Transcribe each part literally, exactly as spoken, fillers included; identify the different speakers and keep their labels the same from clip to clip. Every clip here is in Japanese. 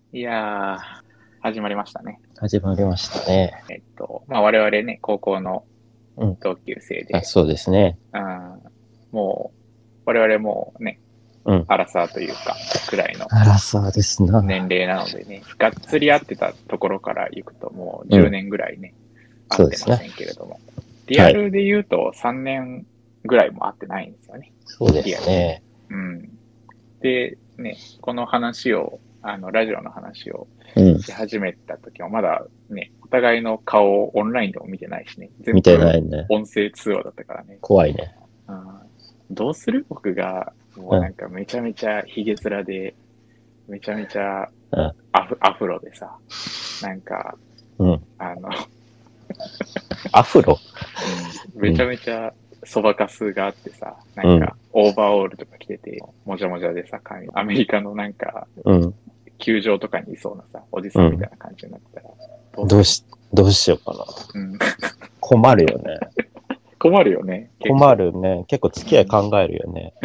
Speaker 1: いやー、始まりましたね。
Speaker 2: 始まりましたね。
Speaker 1: えっと、まあ我々ね、高校の
Speaker 2: うん。
Speaker 1: 同級生
Speaker 2: あ、
Speaker 1: で、
Speaker 2: そうですね。
Speaker 1: あーもう、我々もうね、
Speaker 2: うん。
Speaker 1: アラサーというか、くらいの
Speaker 2: あらさですな。
Speaker 1: 年齢なのでね、がっつり会ってたところから行くともう10
Speaker 2: うん。
Speaker 1: 年ぐらいね、会っ
Speaker 2: そうですね。
Speaker 1: てませんけれども、リア
Speaker 2: はい。
Speaker 1: ルで言うとさんねんぐらいも会ってないんですよね。
Speaker 2: そうで
Speaker 1: リアルで。
Speaker 2: すね。
Speaker 1: うん。で、ね、この話を、あの、ラジオの話を
Speaker 2: うん。
Speaker 1: し始めた時もまだね、お互いの顔をオンラインでも見てないしね、全
Speaker 2: 見て
Speaker 1: 部
Speaker 2: ないね。
Speaker 1: 音声通話だったからね。
Speaker 2: 怖いね。
Speaker 1: うん、どうする僕が、もうなん
Speaker 2: うん。
Speaker 1: かめちゃめちゃヒゲ面で、めちゃめちゃ
Speaker 2: うん。
Speaker 1: アフアフロでさ、なんか、
Speaker 2: うん。
Speaker 1: あの、
Speaker 2: アフロ。
Speaker 1: うん、めちゃめちゃそばかすがあってさ、な
Speaker 2: うん。
Speaker 1: んかオーバーオールとか着てて、もじゃもじゃでさ、髪アメリカのなんか、
Speaker 2: うん。
Speaker 1: 球場とかにいそうなさ、おじさんみた
Speaker 2: うん。
Speaker 1: いな感じになったら、どうする？
Speaker 2: どうし、どうしようかな。
Speaker 1: うん。
Speaker 2: 困るよね。
Speaker 1: 困るよね、結
Speaker 2: 困
Speaker 1: 構。
Speaker 2: るね。結構付き合い
Speaker 1: うん。
Speaker 2: 考えるよね。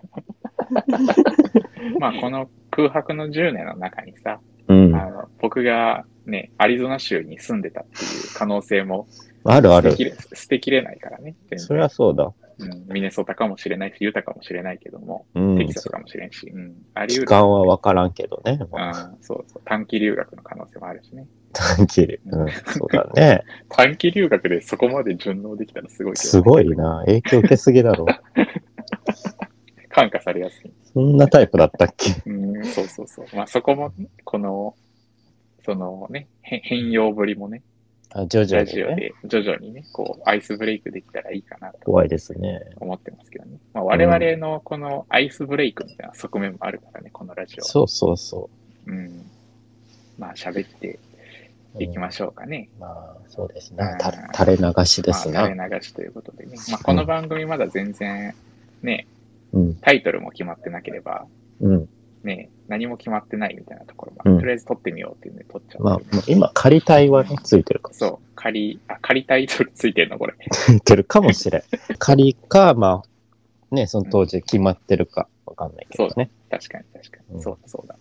Speaker 1: まあ、この空白のじゅうねんの中にさ、
Speaker 2: うん。
Speaker 1: あの、僕がね、アリゾナ州に住んでたっていう可能性も
Speaker 2: あるある。
Speaker 1: 捨てきれ、捨てきれないからね、全
Speaker 2: そりゃ
Speaker 1: 然。
Speaker 2: そうだ。
Speaker 1: うん、ミネソタかもしれないし、ユタかもしれないけども、
Speaker 2: うん。
Speaker 1: テキサス
Speaker 2: そう。
Speaker 1: かもしれんし、うん、あり
Speaker 2: 期
Speaker 1: 得るからね。
Speaker 2: 間はわからんけどね。まあ、
Speaker 1: うん、そうそう、短期留学の可能性もあるしね。
Speaker 2: 短期で。
Speaker 1: うん、
Speaker 2: うん。そうだね。
Speaker 1: 短期留学でそこまで順応できたらすごいけど
Speaker 2: す
Speaker 1: ね、逆に。
Speaker 2: ごいな。影響受けすぎだろ。
Speaker 1: 感化されやすい。
Speaker 2: そんなタイプだったっけ？
Speaker 1: うん、そうそうそう。まあそこも、この、そのね、変容ぶりもね、
Speaker 2: あ、徐々
Speaker 1: ラ
Speaker 2: にね。
Speaker 1: ジオで徐々にね、こう、アイスブレイクできたらいいかなと
Speaker 2: 怖いですね。
Speaker 1: 思ってますけどね。まあ、
Speaker 2: うん。
Speaker 1: 我々のこのアイスブレイクみたいな側面もあるからね、このラジオは。
Speaker 2: そうそうそ
Speaker 1: うん。まあ、喋って
Speaker 2: う。うん。
Speaker 1: いきましょうかね。
Speaker 2: まあ、そうです
Speaker 1: うん。
Speaker 2: な。た垂れ流しで
Speaker 1: まあ、
Speaker 2: すな。
Speaker 1: 垂れ流しということでね。まあ、この
Speaker 2: うん。
Speaker 1: 番組まだ全然、ね、
Speaker 2: うん。
Speaker 1: タイトルも決まってなければ、
Speaker 2: うん。
Speaker 1: ね、何も決まってないみたいなところもあって、と
Speaker 2: うん。
Speaker 1: りあえず撮ってみようっていうので撮っちゃっ
Speaker 2: まあ、
Speaker 1: てるんで。
Speaker 2: まあ今、仮タイはね、
Speaker 1: うん。
Speaker 2: ついてるかもし
Speaker 1: そう、仮、あ、仮タイトルついてるの、これ。
Speaker 2: れん。ついてるかもしれん。仮か、まあ、ね、その
Speaker 1: うん。
Speaker 2: 当時決まってるか、わかんないけ
Speaker 1: そうだね。
Speaker 2: どね。
Speaker 1: 確かに確かに。
Speaker 2: うん。
Speaker 1: そうだそうだ。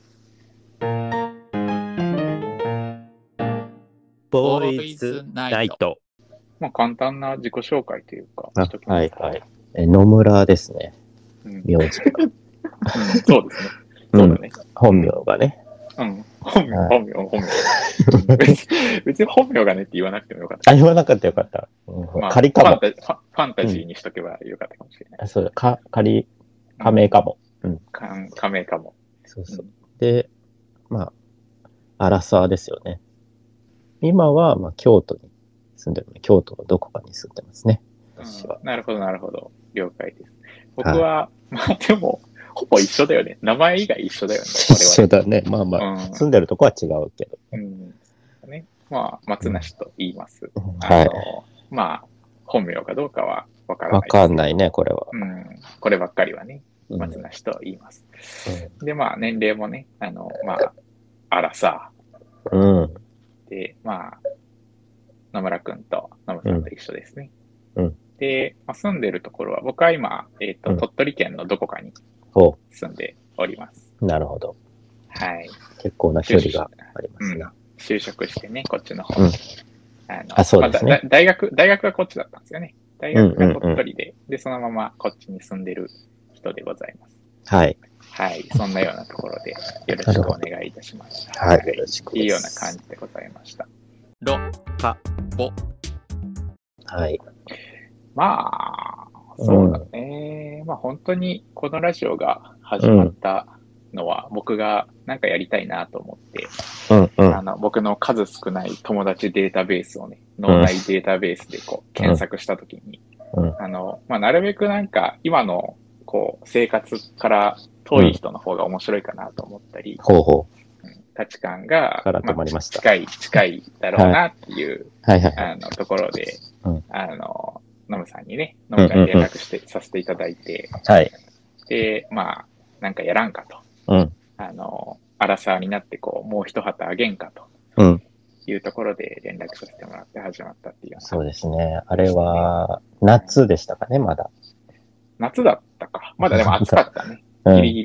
Speaker 2: ボー
Speaker 1: ボーイ
Speaker 2: イズ
Speaker 1: ズナイト。
Speaker 2: ナイト。
Speaker 1: まあ、簡単な自己紹介というか、し
Speaker 2: あ、
Speaker 1: ときますか。
Speaker 2: はいはい。え、野村ですね。
Speaker 1: うん。
Speaker 2: 名字が。
Speaker 1: うん、そうですね。
Speaker 2: うん。
Speaker 1: そうだね。う
Speaker 2: 本名
Speaker 1: ん。
Speaker 2: がね。
Speaker 1: うん。本名、
Speaker 2: はい。
Speaker 1: 本名、本名。うん、別に、別に本名がねって言わなくてもよかった
Speaker 2: あ、
Speaker 1: けど。
Speaker 2: 言わなかったよかった。うん、ほら
Speaker 1: まあ、
Speaker 2: 仮かも。
Speaker 1: ファンタ、ファファンタ
Speaker 2: うん。
Speaker 1: ジーにしとけばよかったかもしれない。
Speaker 2: あ、そうだ、か、仮、
Speaker 1: うん。
Speaker 2: 仮名かも。うん。
Speaker 1: か加盟かも。
Speaker 2: そうそう。
Speaker 1: うん。
Speaker 2: で、まあ、アラサーですよね。今は、まあ、京都に住んでるね。京都のどこかに住んでますね。
Speaker 1: うん、
Speaker 2: 私は。
Speaker 1: なるほど、なるほど。了解です。僕
Speaker 2: は
Speaker 1: は、まあでも、ほぼ一緒だよね。名前以外一緒だよね。
Speaker 2: い。
Speaker 1: 我々
Speaker 2: 一緒だね。まあまあ、
Speaker 1: と。
Speaker 2: 住んでるとこは違うけど
Speaker 1: うん。
Speaker 2: ね。
Speaker 1: うん。ね。まあ、松
Speaker 2: うん。
Speaker 1: 梨と言います。あ
Speaker 2: はい。
Speaker 1: の、まあ、本名かどうかはわから
Speaker 2: わ
Speaker 1: ないですけど、
Speaker 2: かんないね、これは。
Speaker 1: うん。こればっかりはね、
Speaker 2: うん。
Speaker 1: 松梨と言います。
Speaker 2: うん。
Speaker 1: で、まあ、年齢もね、あの、まあ、あらさ、
Speaker 2: うん。
Speaker 1: で、まあ、野村くんと野村
Speaker 2: うん。
Speaker 1: さんと一緒ですね。
Speaker 2: うん。
Speaker 1: で、まあ、住んでるところは、僕は今、えっと、
Speaker 2: うん。
Speaker 1: 鳥取県のどこかに
Speaker 2: お、
Speaker 1: 住んでおります。
Speaker 2: なるほど。
Speaker 1: はい。
Speaker 2: 結構な距
Speaker 1: 就職、
Speaker 2: 離がありま
Speaker 1: うん。
Speaker 2: すな。
Speaker 1: 就職してね、こっちの方
Speaker 2: うん。
Speaker 1: に。あ
Speaker 2: あ、
Speaker 1: の、まあ、だ、だ、
Speaker 2: そうですね。
Speaker 1: 大学、大学がこっちだったんですよね。大
Speaker 2: うん
Speaker 1: 学が鳥
Speaker 2: うんうん。
Speaker 1: 取で、で、そのままこっちに住んでる人でございます。
Speaker 2: はい。
Speaker 1: はい。そんなようなところでよろしくお
Speaker 2: なるほど。
Speaker 1: 願いいたします。
Speaker 2: はい。
Speaker 1: はい。
Speaker 2: よろしく
Speaker 1: いい
Speaker 2: で
Speaker 1: ような感
Speaker 2: す。
Speaker 1: じでございました。ろ、か、ぼ。
Speaker 2: はい。
Speaker 1: まあ、
Speaker 2: う
Speaker 1: そうだ
Speaker 2: ん。
Speaker 1: ね。まあ本当にこのラジオが
Speaker 2: う
Speaker 1: 始まっ
Speaker 2: ん。
Speaker 1: たのは僕がなんかやりたいなと思って、
Speaker 2: うんうん。
Speaker 1: あの、僕の数少ない友達データベースをね、
Speaker 2: うん。
Speaker 1: 脳内データベースでこう
Speaker 2: うん。
Speaker 1: 検索したときに、
Speaker 2: うん。
Speaker 1: あの、まあ、なるべくなんか今のこう生活から
Speaker 2: うん。
Speaker 1: 遠い人の方が面白いかなと思ったり、
Speaker 2: ほうほう。
Speaker 1: うん、価値観が、
Speaker 2: から止
Speaker 1: まあ、
Speaker 2: まりました。
Speaker 1: 近い、近いだろう
Speaker 2: はい。
Speaker 1: なっていう、
Speaker 2: はいはいはい。
Speaker 1: あの、ところで、
Speaker 2: うん。
Speaker 1: あの、ノムさんにね、ノ
Speaker 2: うん
Speaker 1: ムちゃんに連
Speaker 2: うんうん。
Speaker 1: 絡して、させていただいて、
Speaker 2: はい。
Speaker 1: で、まあ、なんかやらんかと。
Speaker 2: うん。
Speaker 1: あの、アラサーになってこう、もう一旗あげんかと
Speaker 2: うん。
Speaker 1: いうところで連絡させてもらって始まったっていうような
Speaker 2: そうです
Speaker 1: 話
Speaker 2: ね。あれ
Speaker 1: でしたね。
Speaker 2: は、
Speaker 1: うん、
Speaker 2: 夏でしたかね、まだ。
Speaker 1: 夏だったか。まだでも暑かったね。
Speaker 2: うん。
Speaker 1: ギリギリ。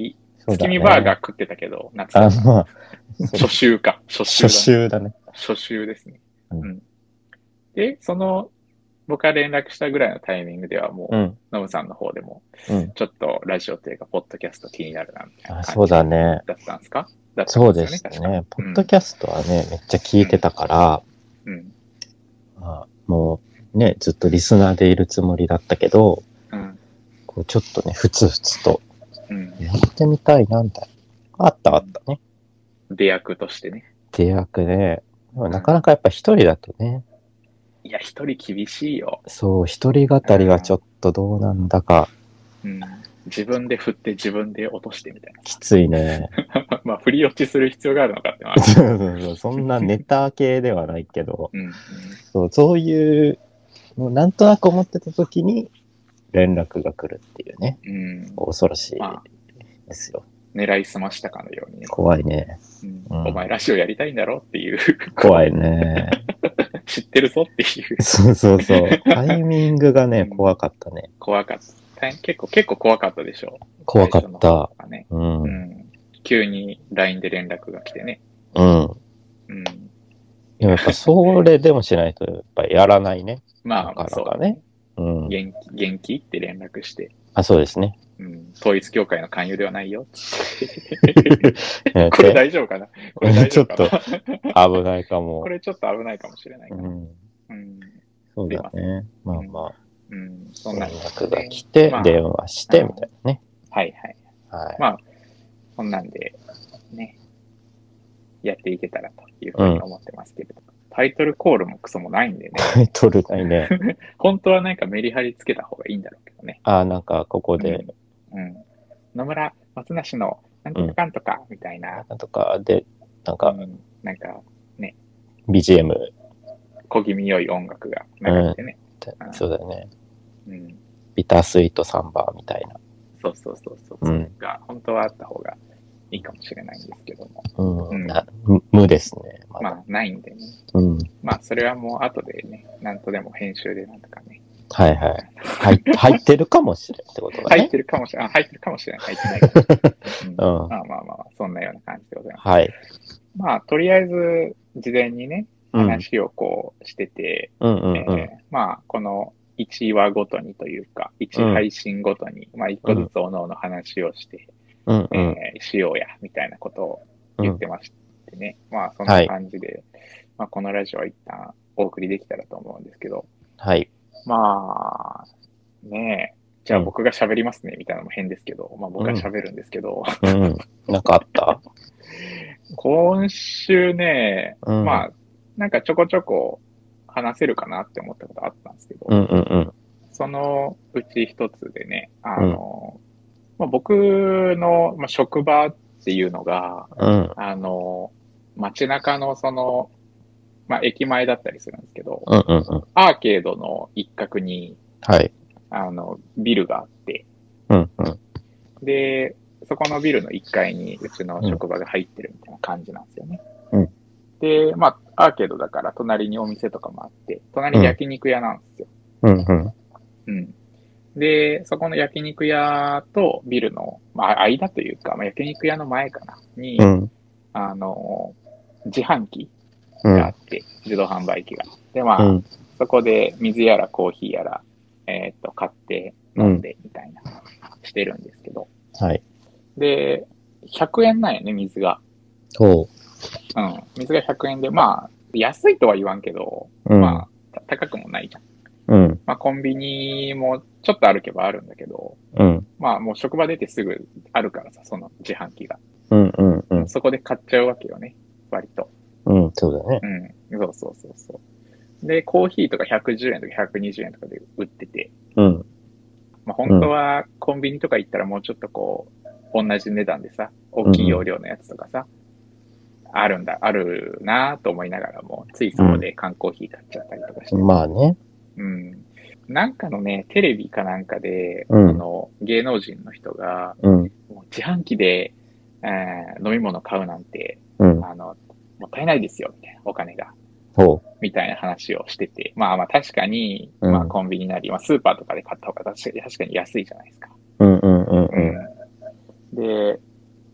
Speaker 2: そうだね。
Speaker 1: 月見バーガー食ってたけど、夏
Speaker 2: あ、
Speaker 1: だ。
Speaker 2: まあ、
Speaker 1: 初秋か。初秋だ、
Speaker 2: 初週だね。
Speaker 1: 初秋ですね。
Speaker 2: うん
Speaker 1: うん。で、その、僕が連絡したぐらいのタイミングではもう、
Speaker 2: うん。
Speaker 1: ノムさんの方でも、
Speaker 2: うん。
Speaker 1: ちょっとラジオというか、ポッドキャスト気になるな、みたいな
Speaker 2: あ、そう
Speaker 1: 感じ
Speaker 2: だね。
Speaker 1: だったんですか？だった
Speaker 2: そう
Speaker 1: んですよね、確か。
Speaker 2: ですね。ポッドキャストはね、めっちゃ聞いてたから、
Speaker 1: うん。
Speaker 2: まあ、もうね、ずっとリスナーでいるつもりだったけど、
Speaker 1: うん。
Speaker 2: こうちょっとね、ふつふつと
Speaker 1: うん。
Speaker 2: やってみたいな、みたいな。あったあったね。
Speaker 1: 出役としてね。
Speaker 2: 出役ね。なかなかやっぱ一人だとね、
Speaker 1: いや、一人厳しいよ。
Speaker 2: そう、一人語りはちょっとどうなんだか、
Speaker 1: うん。自分で振って自分で落としてみたいな。
Speaker 2: きついね。
Speaker 1: まあ、振り落ちする必要があるのかってのはある。
Speaker 2: そうそうそう、そんなネタ系ではないけど、
Speaker 1: うん。
Speaker 2: そう、そういう、もうなんとなく思ってた時に連絡が来るっていうね、
Speaker 1: うん。うん。
Speaker 2: 恐ろしい
Speaker 1: まあ、
Speaker 2: ですよ。
Speaker 1: 狙いすましたかのようにね。
Speaker 2: 怖いね。
Speaker 1: うん
Speaker 2: うん
Speaker 1: お前ラジオやりたいんだろっていう。
Speaker 2: 怖いね。
Speaker 1: 知ってるぞっていう。
Speaker 2: そうそうそう。タイミングがね、
Speaker 1: うん
Speaker 2: 怖かったね。
Speaker 1: 怖かった。大変結構、結構怖かったでしょ。
Speaker 2: 怖かっ
Speaker 1: 最初の
Speaker 2: た。
Speaker 1: 方とかね。
Speaker 2: うん。
Speaker 1: う
Speaker 2: うん。
Speaker 1: ん。急に ライン で連絡が来てね。
Speaker 2: うん。
Speaker 1: うん。
Speaker 2: でもやっぱそれでもしないと、やっぱやらないね。
Speaker 1: まあ、
Speaker 2: なかな
Speaker 1: そう
Speaker 2: かね。うん。
Speaker 1: 元気、元気って連絡して。
Speaker 2: あ、そうですね。
Speaker 1: うん。統一教会の勧誘ではないよ。これ大丈夫かなこれ大丈夫かな
Speaker 2: ち危ないかも。
Speaker 1: これちょっと危ないかもしれないかな。
Speaker 2: うん。
Speaker 1: うん。
Speaker 2: そうだね。まあまあ。
Speaker 1: うん。そん
Speaker 2: 連
Speaker 1: な
Speaker 2: 絡が来て、
Speaker 1: まあ
Speaker 2: 電話して、みたいなね。
Speaker 1: はいはい。
Speaker 2: はい。
Speaker 1: まあ、そんなんで、ね、やっていけたらというふうに思ってますけれど、タイトルコールもクソもないんでね、
Speaker 2: タイトルないね。
Speaker 1: 本当はなんかメリハリつけた方がいいんだろうけどね。
Speaker 2: ああ、なんかここで、
Speaker 1: うん。うん、野村松梨のなんとかかんとかみたいな、
Speaker 2: なんとかで、なん
Speaker 1: う
Speaker 2: か、
Speaker 1: ん、なんか
Speaker 2: ビージーエム、
Speaker 1: 小気味良い音楽が流れてね。うん
Speaker 2: そうだよね。
Speaker 1: うん。
Speaker 2: ビタースイートサンバーみたいな。
Speaker 1: そうそうそうそう。
Speaker 2: うん
Speaker 1: それが本当はあった方がいいかもしれないんですけども。
Speaker 2: うん。
Speaker 1: うん
Speaker 2: な無無ですね。まだ。
Speaker 1: まあ、ないんでね。
Speaker 2: うん。
Speaker 1: まあ、それはもう後でね、なんとでも編集でなんとかね。
Speaker 2: はいはい。入入ってるかもしれんってことだね。
Speaker 1: 入ってるかもしれない。入ってるかもしれない。入ってないかもしれない。うん
Speaker 2: うん
Speaker 1: まあまあまあ、そんなような感じでございます。
Speaker 2: はい。
Speaker 1: まあ、とりあえず、事前にね、
Speaker 2: うん。
Speaker 1: 話をこうしてて、
Speaker 2: うんうんうん。
Speaker 1: えーまあ、このいちわごとにというか、いち配信ごとに、まあ、いっこずつおのおの話をして、
Speaker 2: うんうん。
Speaker 1: えーしようや、みたいなことを言ってましてね。まあ、そんな感じで、まあ、このラジオは一旦お送りできたらと思うんですけど、
Speaker 2: はい。
Speaker 1: まあ、ねえ、じゃあ僕が喋りますね、みたいなのも変ですけど、まあ僕が喋るんですけど、
Speaker 2: うん。なんかあった
Speaker 1: 今週ね、
Speaker 2: うん。
Speaker 1: まあ、なんかちょこちょこ話せるかなって思ったことあったんですけど、
Speaker 2: うんうんうん。
Speaker 1: そのうち一つでね、あの、まあ、僕の、まあ、職場っていうのが、
Speaker 2: うん。
Speaker 1: あの、街中のその、まあ、駅前だったりするんですけど、
Speaker 2: うんうんうん。
Speaker 1: アーケードの一角に、
Speaker 2: はい。
Speaker 1: あの、ビルがあって、
Speaker 2: うんうん。
Speaker 1: で、そこのビルのいっかいにうちの職場が入ってるみたいな感じなんですよね。
Speaker 2: うん
Speaker 1: で、まあ、アーケードだから隣にお店とかもあって、隣焼肉屋なんですよ。
Speaker 2: うんうん。
Speaker 1: うん。で、そこの焼肉屋とビルの、まあ、間というか、まあ、焼肉屋の前かな、に、
Speaker 2: うん。
Speaker 1: あの、自販機
Speaker 2: うん。
Speaker 1: があって、自動販売機が。で、まあ、
Speaker 2: うん。
Speaker 1: そこで水やらコーヒーやら、えっと、買って飲んでみたいな、してるんですけど。
Speaker 2: はい。
Speaker 1: で、ひゃくえんなんよね、水が。
Speaker 2: ほ
Speaker 1: うん。水がひゃくえんで、まあ、安いとは言わんけど、
Speaker 2: う。うん。
Speaker 1: まあ、高くもないじゃん。
Speaker 2: うん。
Speaker 1: まあ、コンビニもちょっと歩けばあるんだけど、
Speaker 2: うん。
Speaker 1: まあ、もう職場出てすぐあるからさ、その自販機が。
Speaker 2: うんうんうん。
Speaker 1: そこで買っちゃうわけよね、割と。
Speaker 2: うん、そうだね。
Speaker 1: うん。そうそうそうそう。で、コーヒーとかひゃくじゅうえんとかひゃくにじゅうえんとかで売ってて、
Speaker 2: うん。
Speaker 1: まあ、本当はコンビニとか行ったらもうちょっとこう、同じ値段でさ、大きい容量のやつとかさ、あるんだ、あるなぁと思いながらも、ついそこで缶コーヒー買っちゃったりとかして。
Speaker 2: まあね。
Speaker 1: うん。なんかのね、テレビかなんかで、
Speaker 2: うん
Speaker 1: その芸能人の人が、
Speaker 2: うん。
Speaker 1: もう自販機で、えー飲み物買うなんて、
Speaker 2: うん。
Speaker 1: あの、もったいないですよ、みたいな、お金が。
Speaker 2: ほ
Speaker 1: みたいな話をしてて。まあまあ確かに、
Speaker 2: うん
Speaker 1: まあコンビニなり、まあスーパーとかで買った方が確かに確かに安いじゃないですか。
Speaker 2: う。うんうんうんうん。
Speaker 1: うん。で、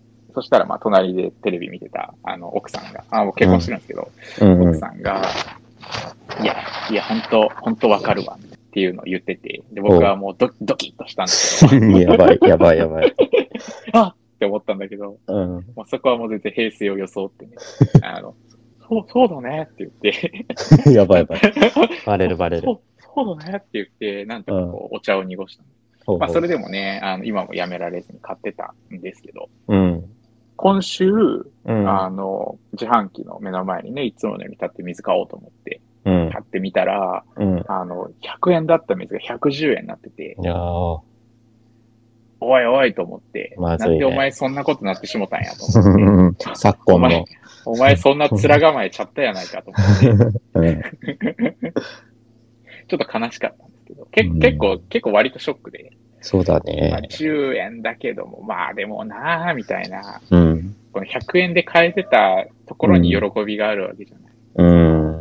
Speaker 1: そしたら、まあ、隣でテレビ見てた、あの、奥さんが、あ、もう結婚してるんですけど、
Speaker 2: うんうん、
Speaker 1: 奥さんが、いや、いや、本当本当わかるわ、っていうのを言ってて、で、僕はもうドドキッとしたんですけど、
Speaker 2: やばい、やばい、やばい。
Speaker 1: あって思ったんだけど、
Speaker 2: うん、
Speaker 1: もうそこはもう全然平成を装ってね、あの、そう、そうだねって言って、
Speaker 2: やばい、やばい。バレる、バレる。
Speaker 1: そう、そうだねって言って、なんとかこう、お茶を濁したの。
Speaker 2: ほうほう、
Speaker 1: まあ、それでもね、あの、今もやめられずに買ってたんですけど、
Speaker 2: うん。
Speaker 1: 今週、
Speaker 2: うん、
Speaker 1: あの、自販機の目の前にね、いつものように立って水買おうと思って、
Speaker 2: うん、
Speaker 1: 買ってみたら、
Speaker 2: うん。
Speaker 1: あの、ひゃくえんだった水がひゃくじゅうえんになってて、
Speaker 2: いやー、
Speaker 1: おいおいと思って、
Speaker 2: まずいね。
Speaker 1: なんでお前そんなことなってしもたんやと思って、
Speaker 2: 昨今の。
Speaker 1: お前、お前そんな面構えちゃったやないかと思って、
Speaker 2: うん、
Speaker 1: ちょっと悲しかったんですけど、け結構、結構割とショックで、
Speaker 2: そうだ
Speaker 1: まあ、
Speaker 2: ね。
Speaker 1: じゅうえんだけども、まあでもなぁ、みたいな、
Speaker 2: うん。
Speaker 1: このひゃくえんで買えてたところに喜びがあるわけじゃない。
Speaker 2: うん。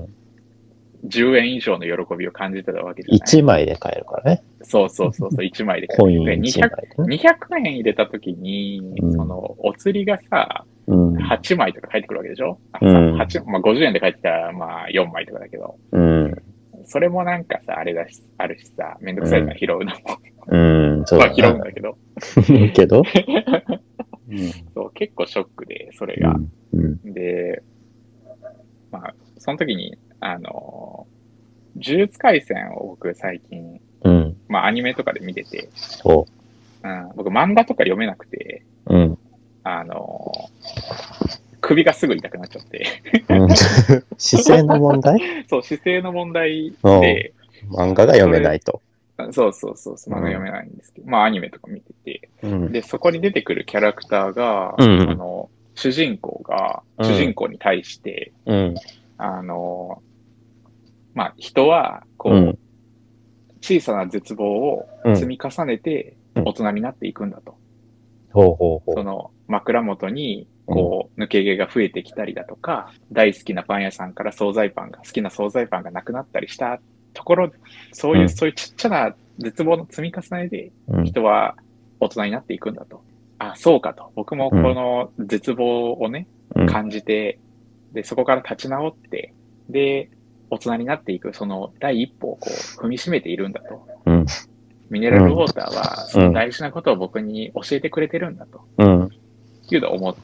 Speaker 1: じゅうえん以上の喜びを感じてたわけじゃない。
Speaker 2: いちまいで買えるからね。
Speaker 1: そうそうそうそう、いちまいで買
Speaker 2: コイン
Speaker 1: える。
Speaker 2: いちまいでね。
Speaker 1: にひゃくえん入れたときに、
Speaker 2: うん
Speaker 1: その、お釣りがさ、
Speaker 2: うん。
Speaker 1: はちまいとか返ってくるわけでしょ、
Speaker 2: うん
Speaker 1: はちまあごじゅうえんで返ってきたら、まあよんまいとかだけど、
Speaker 2: うん。
Speaker 1: それもなんかさ、あれだし、あるしさ、めんどくさいから拾うのも。
Speaker 2: うん、そうだ
Speaker 1: まあ拾うんだけど。
Speaker 2: けど、
Speaker 1: そう、結構ショックで、それが。
Speaker 2: うんうん
Speaker 1: で、まあ、その時に、あの、呪術廻戦を僕最近、
Speaker 2: うん。
Speaker 1: まあアニメとかで見てて、
Speaker 2: そ
Speaker 1: うん、僕漫画とか読めなくて、
Speaker 2: う。うん。
Speaker 1: あの、首がすぐ痛くなっちゃって。
Speaker 2: うん姿勢の問題
Speaker 1: そう、姿勢の問題
Speaker 2: うん
Speaker 1: で、
Speaker 2: 漫画が読めないと。
Speaker 1: そうそうそう、漫画読めないんですけど、まあアニメとか見てて、
Speaker 2: うん。
Speaker 1: で、そこに出てくるキャラクターが、
Speaker 2: うん
Speaker 1: その、主人公が、
Speaker 2: うん
Speaker 1: 主人公に対して、
Speaker 2: うん。
Speaker 1: あの、まあ人は、こう、
Speaker 2: うん。
Speaker 1: 小さな絶望を積み重ねて
Speaker 2: うん
Speaker 1: 大人になっていくんだと。
Speaker 2: ほうほうほう。
Speaker 1: その枕元にこう抜け毛が増えてきたりだとか、大好きなパン屋さんから惣菜パンが、好きな惣菜パンがなくなったりしたところ、そういう、
Speaker 2: うん
Speaker 1: そういうちっちゃな絶望の積み重ねで
Speaker 2: うん。
Speaker 1: 人は大人になっていくんだと。あ、そうかと。僕もこの絶望をね、
Speaker 2: うん
Speaker 1: 感じて、で、そこから立ち直って、で、大人になっていく、その第一歩をこう踏みしめているんだと。
Speaker 2: うん。
Speaker 1: ミネラルウォーターは、その大事なことを僕に教えてくれてるんだと。
Speaker 2: うん。
Speaker 1: いうのを思って、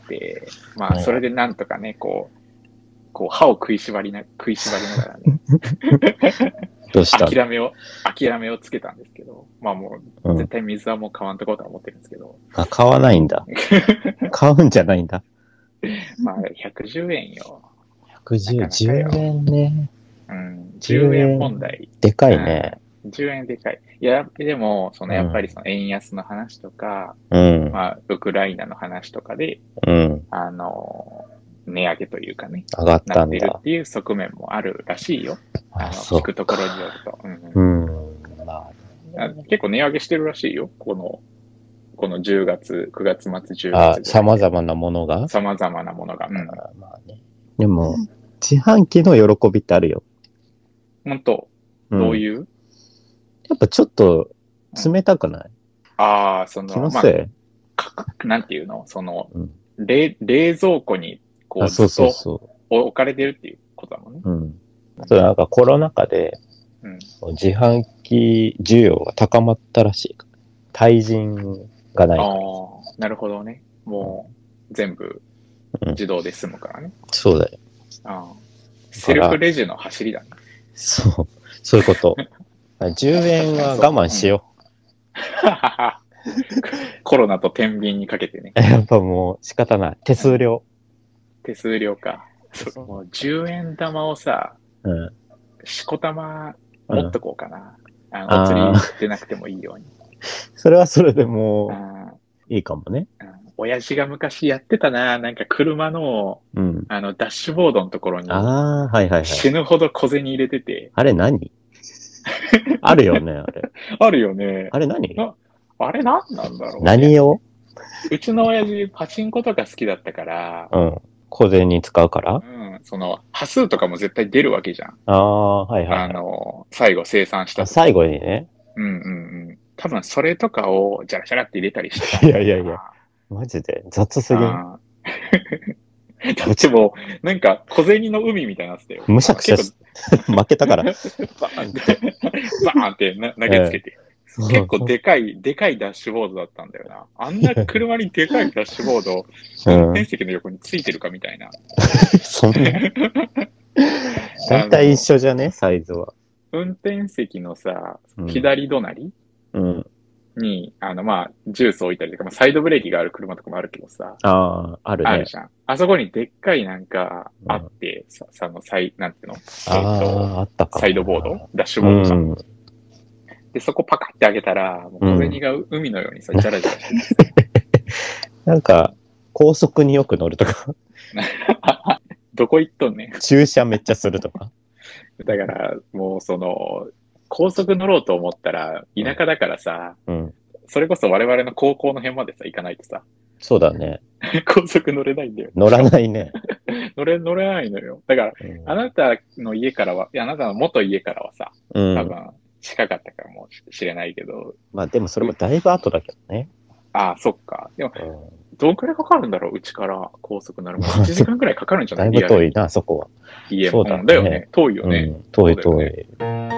Speaker 1: まあ、それでなんとかね、こう、こう、歯を食いしばりな、食いしばりながらね、
Speaker 2: どうした
Speaker 1: 諦めを、諦めをつけたんですけど、まあもう、
Speaker 2: うん
Speaker 1: 絶対水はもう買わんとこうとは思ってるんですけど、
Speaker 2: あ、買わないんだ。買うんじゃないんだ。
Speaker 1: まあ、ひゃくじゅうえんよ。
Speaker 2: ひゃくじゅう、
Speaker 1: なかなかよ
Speaker 2: じゅうえんね。
Speaker 1: うん、じゅうえん問題。
Speaker 2: でかいね。
Speaker 1: じゅうえんでかい。いや、でも、その、
Speaker 2: うん
Speaker 1: やっぱりその円安の話とか、
Speaker 2: うん。
Speaker 1: まあ、ウクライナの話とかで、
Speaker 2: うん。
Speaker 1: あの、値上げというかね、
Speaker 2: 上がっ
Speaker 1: な
Speaker 2: たんだ。
Speaker 1: ってるっていう側面もあるらしいよ。あの、
Speaker 2: あ、そう
Speaker 1: 聞くところによると。うん
Speaker 2: うん。まあ
Speaker 1: あ結構値上げしてるらしいよ。この、このじゅうがつ、くがつ末、じゅう
Speaker 2: あ
Speaker 1: が、つ。
Speaker 2: 様々なものが
Speaker 1: 様々なものが。うん。
Speaker 2: あまあね。でも、自販機の喜びってあるよ。
Speaker 1: 本当
Speaker 2: うん
Speaker 1: どういう、
Speaker 2: やっぱちょっと冷たくない、
Speaker 1: ああ、その、まあ
Speaker 2: 気のせい、
Speaker 1: かなんていうのその、
Speaker 2: うん
Speaker 1: 冷、冷蔵庫に、こう、ず
Speaker 2: あ、そう
Speaker 1: っと
Speaker 2: そうそ
Speaker 1: 置かれてるっていうことだもんね。
Speaker 2: う。うん。あとなんかコロナ禍で
Speaker 1: うん。
Speaker 2: 自販機需要が高まったらしい。対人がないから。
Speaker 1: ああ、なるほどね。もう、全部、自動で済むからね。
Speaker 2: そうだよ。
Speaker 1: ああセルフレジの走りだね。
Speaker 2: そう。そういうこと。じゅうえんは我慢しよ
Speaker 1: コロナと天秤にかけてね。
Speaker 2: う。やっぱもう仕方ない。手数料。
Speaker 1: 手数料か。そうもうじゅうえん玉をさ、
Speaker 2: うん。
Speaker 1: しこ玉持っとこうかな。あの、
Speaker 2: あー
Speaker 1: お釣り出なくてもいいように。
Speaker 2: それはそれでも
Speaker 1: あ
Speaker 2: ういいかもね。
Speaker 1: ーうん親父が昔やってたな。なんか車の、
Speaker 2: うん。
Speaker 1: あの、ダッシュボードのところに
Speaker 2: ああ、はいはいはい。
Speaker 1: 死ぬほど小銭入れてて。
Speaker 2: あれ何あるよね、あれ。
Speaker 1: あるよね。
Speaker 2: あれ何
Speaker 1: ああれなんなんだろう、ね、
Speaker 2: 何を
Speaker 1: うちの親父パチンコとか好きだったから、
Speaker 2: うん。小銭使うから
Speaker 1: うん、その、端数とかも絶対出るわけじゃん。
Speaker 2: ああ、はいはい、はい。
Speaker 1: あの、最後生産した
Speaker 2: あ。最後にね。
Speaker 1: うんうんうん。多分それとかをジャラジャラって入れたりしてた。
Speaker 2: いやいやいや。マジで雑すぎん。
Speaker 1: だってもう、なんか小銭の海みたいになってたよ。
Speaker 2: むしゃくしゃし、負けたから。
Speaker 1: バーンって、バーンってな投げつけて。結構でかい、でかいダッシュボードだったんだよな。あんな車にでかいダッシュボード、運転席の横についてるかみたいな。
Speaker 2: そんな。大体一緒じゃねサイズは。
Speaker 1: 運転席のさ、
Speaker 2: うん
Speaker 1: 左隣、
Speaker 2: うん。
Speaker 1: に、あの、まあ、ジュース置いたりとか、まあ、サイドブレーキがある車とかもあるけどさ、
Speaker 2: ああ、あるね。
Speaker 1: あるじゃん。あそこにでっかいなんか
Speaker 2: うん
Speaker 1: あって、さ、さの、サイ、なんていうのえっ
Speaker 2: あ
Speaker 1: と、
Speaker 2: あ、あったかもな。
Speaker 1: サイドボードダッシュボードさ。
Speaker 2: うん。
Speaker 1: で、そこパカって開けたら、もう小銭が海のようにさ、ジャラジャラしてて
Speaker 2: なんか、高速によく乗るとか、
Speaker 1: さ、どこ行っとんねん。
Speaker 2: 駐車めっちゃするとか。
Speaker 1: だから、もうその、高速乗ろうと思ったら、田舎だからさ、
Speaker 2: うん。
Speaker 1: それこそ我々の高校の辺までさ、行かないとさ、
Speaker 2: そうだね。
Speaker 1: 高速乗れないんだよ。
Speaker 2: 乗らないね。
Speaker 1: 乗れ、乗れないのよ。だから、
Speaker 2: うん
Speaker 1: あなたの家からは、いや、あなたの元家からはさ、
Speaker 2: うん。
Speaker 1: 多分近かったかもしれないけど、
Speaker 2: まあでもそれもだいぶ後だけどね。
Speaker 1: ああ、そっか。でも、
Speaker 2: うん、
Speaker 1: どんくらいかかるんだろううちから高速乗るまで。いちじかんくらいかかるんじゃな
Speaker 2: だ
Speaker 1: い
Speaker 2: いぶ遠いな、そこは。
Speaker 1: 家も。
Speaker 2: そうだね
Speaker 1: んだよね。遠いよね。
Speaker 2: うん、遠い遠い。
Speaker 1: ね、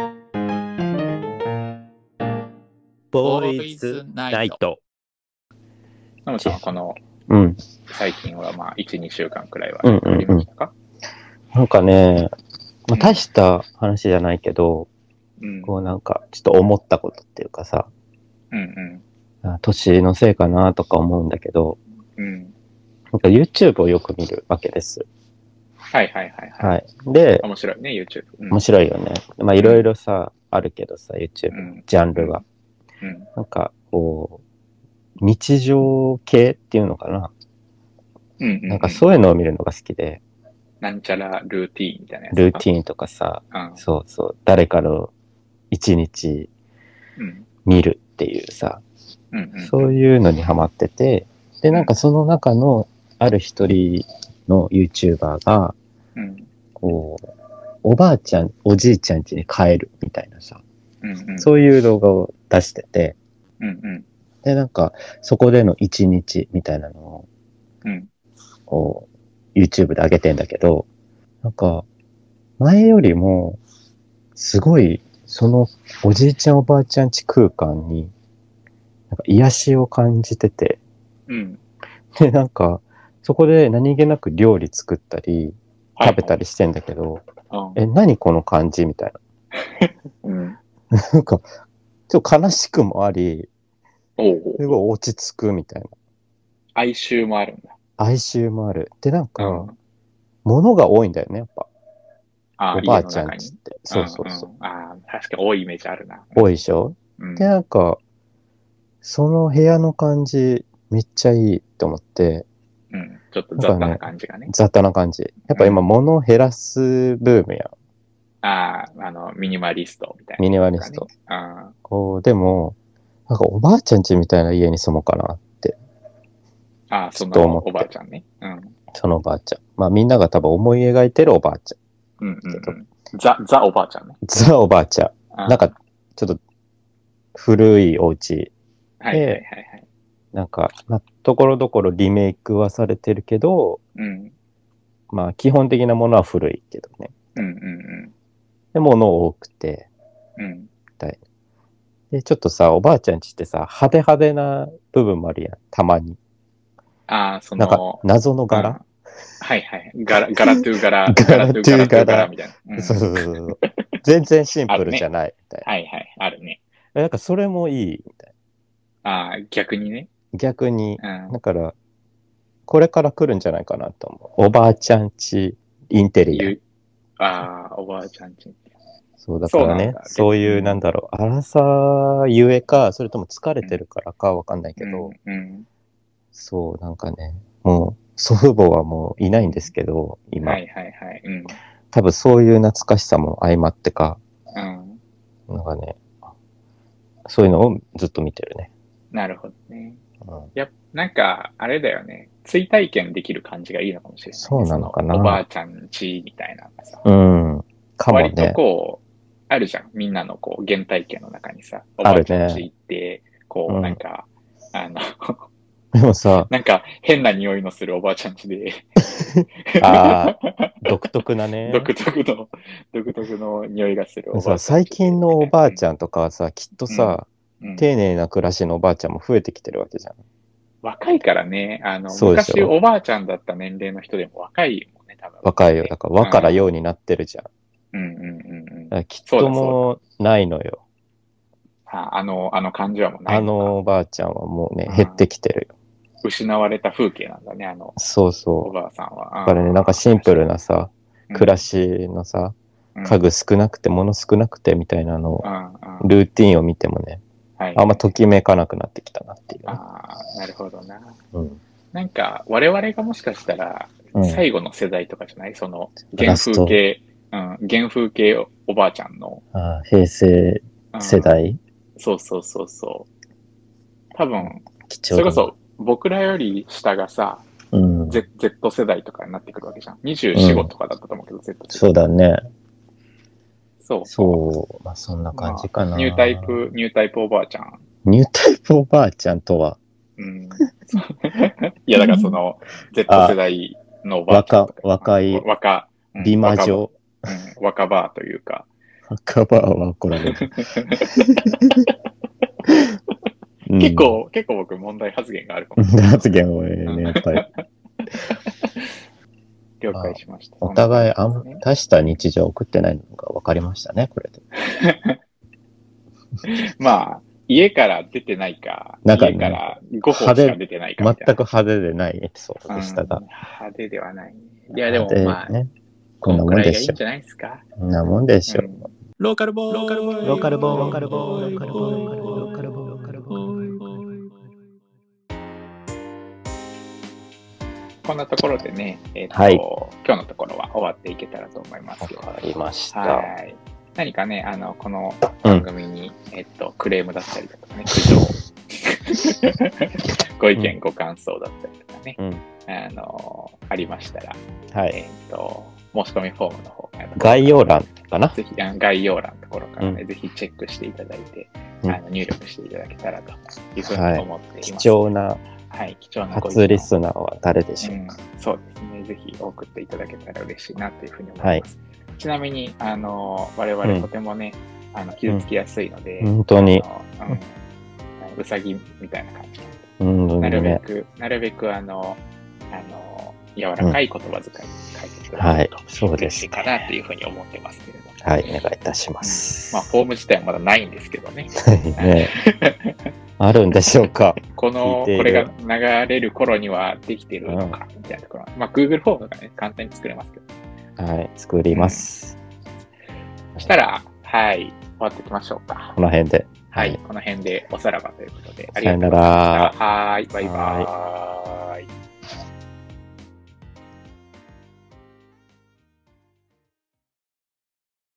Speaker 2: ボーイズナイト。
Speaker 1: なもちゃんはこの、
Speaker 2: うん、
Speaker 1: 最近はまあ、いち、にしゅうかんくらいは
Speaker 2: あ
Speaker 1: りましたか、
Speaker 2: うんうん、なんかね、まあ、大した話じゃないけど、
Speaker 1: うん、
Speaker 2: こうなんか、ちょっと思ったことっていうかさ、
Speaker 1: うん
Speaker 2: うん、年のせいかなとか思うんだけど、
Speaker 1: うん、
Speaker 2: なんか YouTube をよく見るわけです。
Speaker 1: はいはいはいはい。
Speaker 2: はい。で、
Speaker 1: 面白いね、YouTube。うん、
Speaker 2: 面白いよね。まあいろいろさ、あるけどさ、YouTube のジャンルが。
Speaker 1: うんうん、
Speaker 2: なんか、こう、日常系っていうのかな。
Speaker 1: うんうんうん、
Speaker 2: なんかそういうのを見るのが好きで。
Speaker 1: なんちゃらルーティーンみたいなやつ。
Speaker 2: ルーティーンとかさ、
Speaker 1: うん、
Speaker 2: そうそう、誰かの一日見るっていうさ、
Speaker 1: うんうんうん、
Speaker 2: そういうのにハマってて、で、なんかその中のある一人の YouTuber が、
Speaker 1: うん、
Speaker 2: こう、おばあちゃん、おじいちゃん家に帰るみたいなさ、
Speaker 1: うんうん、
Speaker 2: そういう動画を出してて、
Speaker 1: うんうん、
Speaker 2: で、なんかそこでの一日みたいなのを、
Speaker 1: うん、
Speaker 2: こう YouTube で上げてんだけど、なんか前よりもすごいそのおじいちゃんおばあちゃん家空間になんか癒しを感じてて、
Speaker 1: うん、
Speaker 2: で、なんかそこで何気なく料理作ったり食べたりしてんだけど、
Speaker 1: はい、
Speaker 2: え、何この感じみたいな。
Speaker 1: うん、
Speaker 2: なんかちょっと悲しくもあり、
Speaker 1: おう
Speaker 2: すごい落ち着くみたいな。
Speaker 1: 哀愁もあるんだ。
Speaker 2: 哀愁もある。で、なんか、
Speaker 1: うん、
Speaker 2: 物が多いんだよね、やっぱ。
Speaker 1: ああ、
Speaker 2: おばあ
Speaker 1: 家の中に。
Speaker 2: ちゃんちって。そうそうそう。
Speaker 1: うんうん、ああ、確かに多いイメージあるな。
Speaker 2: 多いでしょ、
Speaker 1: うん、
Speaker 2: で、なんか、その部屋の感じ、めっちゃいいって思って、
Speaker 1: うん、ちょっと雑多な感じがね。
Speaker 2: 雑多な感じ。やっぱ今、物を減らすブームやん。
Speaker 1: ああ、あの、ミニマリストみたいな、
Speaker 2: ミニマリスト。
Speaker 1: あ
Speaker 2: こう、でも、なんかおばあちゃんちみたいな家に住もうかなって。
Speaker 1: ああ、そ
Speaker 2: ちょっと思って
Speaker 1: のおばあちゃんね。うん。
Speaker 2: そのおばあちゃん。まあみんなが多分思い描いてるおばあちゃん。
Speaker 1: うんうんうん。ザ、ザおばあちゃんね。
Speaker 2: ザおばあちゃん。なんか、ちょっと古いお家
Speaker 1: はいはいはいはい。
Speaker 2: なんか、まあ、ところどころリメイクはされてるけど、
Speaker 1: うん。
Speaker 2: まあ基本的なものは古いけどね。
Speaker 1: うんうん
Speaker 2: で、物多くて、
Speaker 1: うん。うん。
Speaker 2: で、ちょっとさ、おばあちゃんちってさ、派手派手な部分もあるやん、たまに。
Speaker 1: ああ、そ
Speaker 2: なんか
Speaker 1: の、、
Speaker 2: 謎の柄、
Speaker 1: うん、はいはい。ガラ、ガラトゥーガラ、
Speaker 2: ガラトゥーガラ
Speaker 1: ガラみたいな。うん、
Speaker 2: そうそうそうそう。全然シンプルじゃない、みたい
Speaker 1: な。はいはい、あるね。
Speaker 2: なんかそれもいい、みたい
Speaker 1: な。ああ、逆にね。
Speaker 2: 逆に、
Speaker 1: うん、
Speaker 2: だから、これから来るんじゃないかなと思う。おばあちゃんちインテリ
Speaker 1: ア。ああ、おばあちゃんち。
Speaker 2: そうだからね、そう、そういう、なんだろう、荒さゆえか、それとも疲れてるからかわかんないけど、
Speaker 1: うんうん、
Speaker 2: そう、なんかね、もう、祖父母はもういないんですけど、今。
Speaker 1: はいはいはい。うん、
Speaker 2: 多分そういう懐かしさも相まってか、
Speaker 1: うん、
Speaker 2: なんかね、そういうのをずっと見てるね。
Speaker 1: なるほどね。
Speaker 2: うん、
Speaker 1: やなんか、あれだよね。追体験できる感じがいいのかもしれない、ね。
Speaker 2: そうなのかな。
Speaker 1: おばあちゃんちみたいなさ。
Speaker 2: うん。かもね。
Speaker 1: 割とこう、あるじゃん。みんなのこう、原体験の中にさ、おばあちゃんち行って、ね、こう、なんか、うん、あの、
Speaker 2: でもさ、
Speaker 1: なんか変な匂いのするおばあちゃん家で
Speaker 2: ああ、独特なね。
Speaker 1: 独特の、独特の匂いがするおばあちゃん
Speaker 2: さ、最近のおばあち
Speaker 1: ん。
Speaker 2: ゃんとかはさ、きっとさ、
Speaker 1: うんうん、
Speaker 2: 丁寧な暮らしのおばあちゃんも増えてきてるわけじゃん。
Speaker 1: 若いからね、あの、
Speaker 2: そうでしょ
Speaker 1: 昔おばあちゃんだった年齢の人でも若いもんね、多分、ね。
Speaker 2: 若いよ。だから和からようになってるじゃん。
Speaker 1: うんうんうんうん。
Speaker 2: だからきっともうないのよ。
Speaker 1: ああの、あの感じはもうない
Speaker 2: あ
Speaker 1: のか。
Speaker 2: のおばあちゃんはもうね、減ってきてるよ。
Speaker 1: 失われた風景なんだね、あの、
Speaker 2: そうそう。
Speaker 1: おばあさんは。
Speaker 2: だからね、なんかシンプルなさ、暮らしのさ、
Speaker 1: うん、
Speaker 2: 家具少なくて、物少なくてみたいなのを、
Speaker 1: うんうん、
Speaker 2: ルーティンを見てもね、
Speaker 1: はい、
Speaker 2: あんまときめかなくなってきたなっていう、ね。
Speaker 1: ああ、なるほどな。
Speaker 2: うん、
Speaker 1: なんか、我々がもしかしたら、最後の世代とかじゃない、うん、その、原風景、うん、原風景おばあちゃんの。
Speaker 2: あ平成世代、うん、
Speaker 1: そうそうそうそう。多分、それこそ、僕らより下がさ、うん、Z, Z 世代とかになってくるわけじゃん。にじゅうよん、ごとかだったと思うけど、Z 世代。
Speaker 2: そうだね。
Speaker 1: そう。
Speaker 2: そう。まあ、そんな感じかな、まあ。
Speaker 1: ニュータイプ、ニュータイプおばあちゃん。
Speaker 2: ニュータイプおばあちゃんとは
Speaker 1: うん。いや、だからその、Z 世代のおばあちゃんとか。
Speaker 2: 若、若い、
Speaker 1: 若、
Speaker 2: 美魔女。
Speaker 1: うん、若ばというか。
Speaker 2: 若ばは怒られる。
Speaker 1: 結構、うん、結構僕問題発言があるかもし
Speaker 2: れない。発言多いね、やっぱり。
Speaker 1: 了解しました。
Speaker 2: お互い、あん、大した日常を送ってないのが分かりましたね、これで。
Speaker 1: まあ、家から出てないか、なんかね、家からごほんしか出てないかみたいな。
Speaker 2: 全く派手でないエピソードでしたが。
Speaker 1: うん、派手ではない。いや、でもまあ、ね、
Speaker 2: こんなもんでしょ。
Speaker 1: いいんじゃないですか。
Speaker 2: こんなもんでしょ。うん、
Speaker 1: ローカルボーイ、ローカルボーイ、
Speaker 2: ローカルボーイ、ローカルボーイ、ローカルボーイ、ローカルボーイ、ローカルボーイ、ローカルボーイ。
Speaker 1: こんなところでね、えーと
Speaker 2: はい、
Speaker 1: 今日のところは終わっていけたらと思いますよ。
Speaker 2: わかりました。
Speaker 1: はい。何かね、あの、この番組に、うん、えっと、クレームだったりとかね、苦情、ご意見、うん、ご感想だったりとかね、うん、あの、ありましたら、
Speaker 2: はい、
Speaker 1: えっと、申し込みフォームの方
Speaker 2: 概要欄かな、
Speaker 1: ぜひ、概要欄のところからね、うん、ぜひチェックしていただいて、うん、あの入力していただけたらというふうに思っています。
Speaker 2: はい、貴重な、
Speaker 1: はい、貴重な
Speaker 2: 初リスナーは誰でしょうか、
Speaker 1: うん、そうですね。ぜひ送っていただけたら嬉しいなというふうに思います。はい、ちなみに、あの、我々とてもね、うん、あの傷つきやすいので、
Speaker 2: うん、本当に、
Speaker 1: うん、うさぎみたいな感じ、
Speaker 2: うん、
Speaker 1: なるべく、なるべくあの、あの、柔らかい言葉遣いに書いてくださいと、うん、はい、そうですね。かなというふうに思ってますけれども。
Speaker 2: はい、お願いいたします。
Speaker 1: うん、まあ、フォーム自体はまだないんですけどね。
Speaker 2: ねあるんでしょうか。
Speaker 1: この、これが流れる頃にはできてるのか、みたいなところ、うん、まあ、Google フォームがね、簡単に作れますけど。
Speaker 2: はい、作ります。
Speaker 1: うん、そしたら、はい、終わっていきましょうか。
Speaker 2: この辺で。
Speaker 1: はい、はい、この辺でおさらばということで、ありがとうございました。はい、バイバーイ。